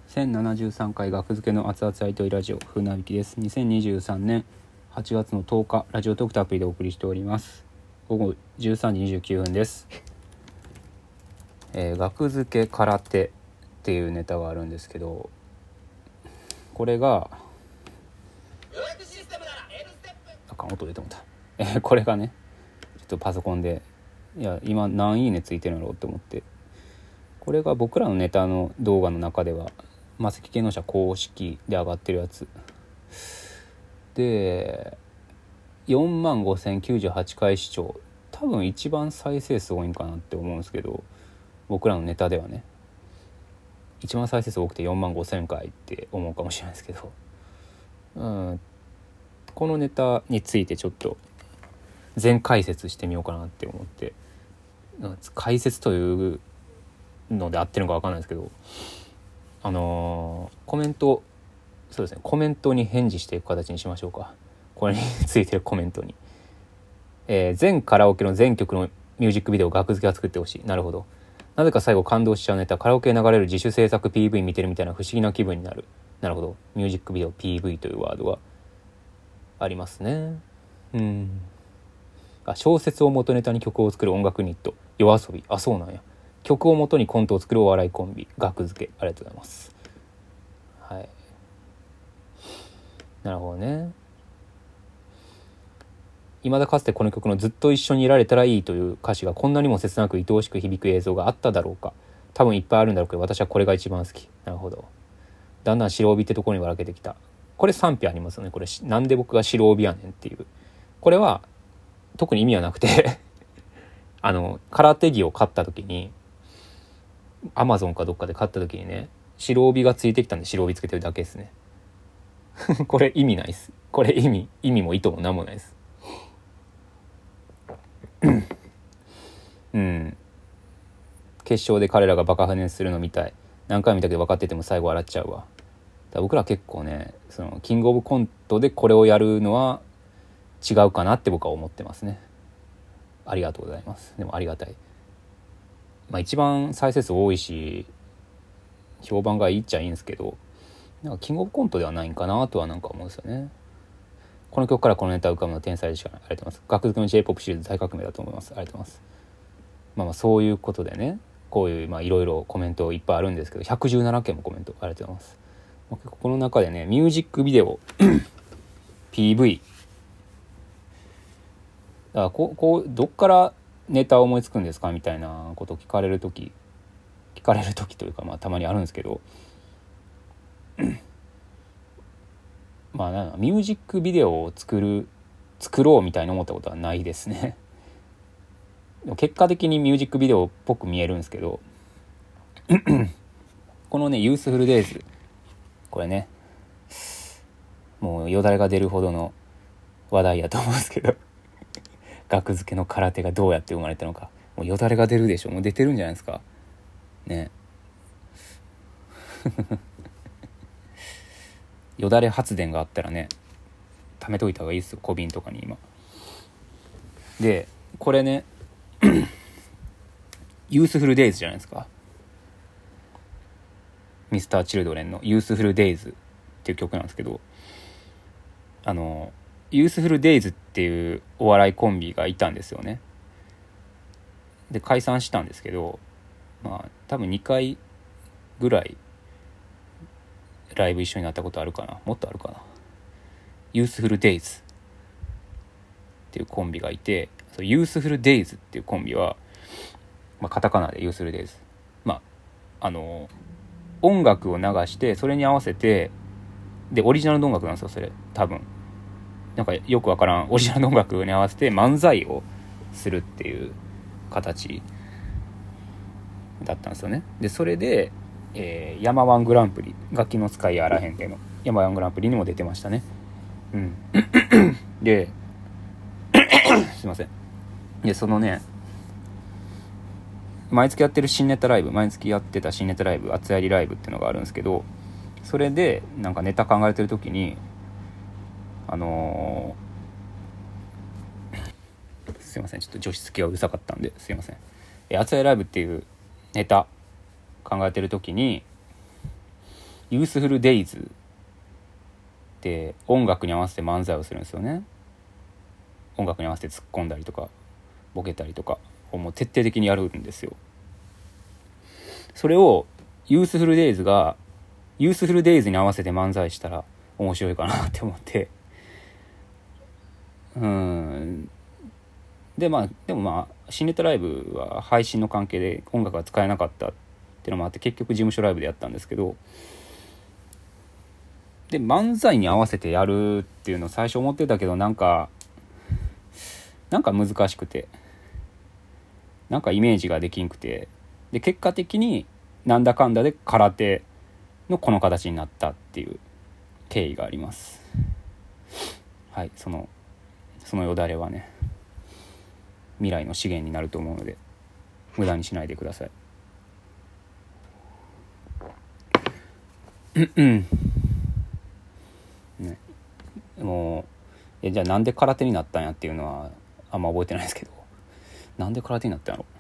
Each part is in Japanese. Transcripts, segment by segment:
1073回学付けの熱々あいといラジオ風なびきです。2023年8月の10日ラジオトークとアプリでお送りしております。午後13時29分です。学付け空手っていうネタがあるんですけど、これが音出てもたこれがねちょっとパソコンで今何いいねついてるんだろうって思って、これが僕らのネタの動画の中ではマセキ芸能者公式で上がってるやつで45,098回視聴、多分一番再生数多いんかなって思うんですけど、僕らのネタではね一番再生数多くて45,000回って思うかもしれないですけど、このネタについてちょっと全解説してみようかなって思って、解説というので合ってるのか分かんないですけど、コメント、そうですね、コメントに返事していく形にしましょうか。これについてるコメントに、全カラオケの全曲のミュージックビデオ学付けは作ってほしい。なるほど。なぜか最後感動しちゃうネタ、カラオケに流れる自主制作 PV 見てるみたいな不思議な気分になる。なるほど。ミュージックビデオ PV というワードがありますね。小説を元ネタに曲を作る音楽ユニット夜遊び。そうなんや。曲を元にコントを作るお笑いコンビ学付け。ありがとうございます。はい、なるほどね。未だかつてこの曲のずっと一緒にいられたらいいという歌詞がこんなにも切なく愛おしく響く映像があっただろうか。多分いっぱいあるんだろうけど私はこれが一番好き。なるほど。だんだん白帯ってところに笑けてきた。これ賛否ありますよね。これなんで僕が白帯やねんっていう、これは特に意味はなくて空手着を買った時にアマゾンかどっかで買った時にね、白帯がついてきたんで白帯つけてるだけですねこれ意味ないです。これ意味も意図も何もないです決勝で彼らがバカ跳ねするのみたい。何回見たけど分かってても最後笑っちゃうわ。だから僕ら結構ね、そのキングオブコントでこれをやるのは違うかなって僕は思ってますね。ありがとうございます。でもありがたい。一番再生数多いし評判がいいっちゃいいんですけど、なんかキングオブコントではないんかなとはなんか思うんですよね。この曲からこのネタを浮かぶのは天才でしかない。ありがとうございます。学付けの J-POP シリーズ大革命だと思います。ありがとうございます。そういうことでね、こういういろいろコメントいっぱいあるんですけど、117件もコメントありがとうございます。この中でね、ミュージックビデオPV だからこうどっからネタを思いつくんですかみたいなことを聞かれる時というかたまにあるんですけどミュージックビデオを作ろうみたいに思ったことはないですね結果的にミュージックビデオっぽく見えるんですけどこのねユースフルデイズ、これねもうよだれが出るほどの話題やと思うんですけど学付けの空手がどうやって生まれたのか、もうよだれが出るでしょ。もう出てるんじゃないですかねよだれ発電があったらね貯めといた方がいいですよ、小瓶とかに今で。これねユースフルデイズじゃないですか。ミスターチルドレンのユースフルデイズっていう曲なんですけど、ユースフルデイズっていうお笑いコンビがいたんですよね。で解散したんですけど、多分2回ぐらいライブ一緒になったことあるかな、もっとあるかな。ユースフルデイズっていうコンビがいて、ユースフルデイズっていうコンビは、カタカナでユースフルデイズ、音楽を流してそれに合わせて、でオリジナルの音楽なんですよそれ。多分なんかよくわからんオリジナルの音楽に合わせて漫才をするっていう形だったんですよね。でそれで、ヤマワングランプリ、楽器の使いやあらへんでのヤマワングランプリにも出てましたね。ですいません。でそのね毎月やってた新ネタライブ厚やりライブっていうのがあるんですけど、それでなんかネタ考えてる時にすいません、ちょっと除湿機がうるさかったんですいません。厚やりライブっていうネタ考えてる時にユースフルデイズで音楽に合わせて漫才をするんですよね。音楽に合わせて突っ込んだりとかボケたりとかをもう徹底的にやるんですよ。それをユースフルデイズがユースフルデイズに合わせて漫才したら面白いかなって思って、でも新ネタライブは配信の関係で音楽が使えなかったっていうのもあって、結局事務所ライブでやったんですけど、で漫才に合わせてやるっていうのを最初思ってたけど、なんか難しくて、なんかイメージができんくて、で結果的になんだかんだで空手のこの形になったっていう経緯があります。はい、そのよだれはね、未来の資源になると思うので無駄にしないでください。ね、もうじゃあなんで空手になったんやっていうのはあんま覚えてないですけど、なんで空手になったんやろ。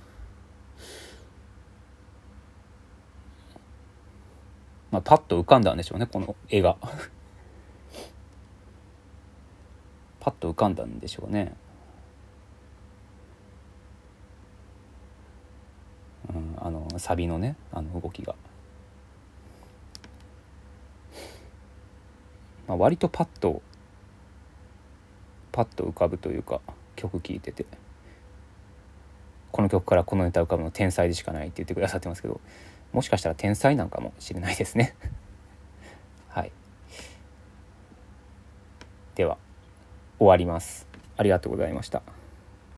パッと浮かんだんでしょうね、この絵がパッと浮かんだんでしょうね。サビのね、動きが、割とパッと浮かぶというか、曲聴いててこの曲からこのネタ浮かぶの天才でしかないって言ってくださってますけど、もしかしたら天才なんかもしれないですねはい、では終わります。ありがとうございました。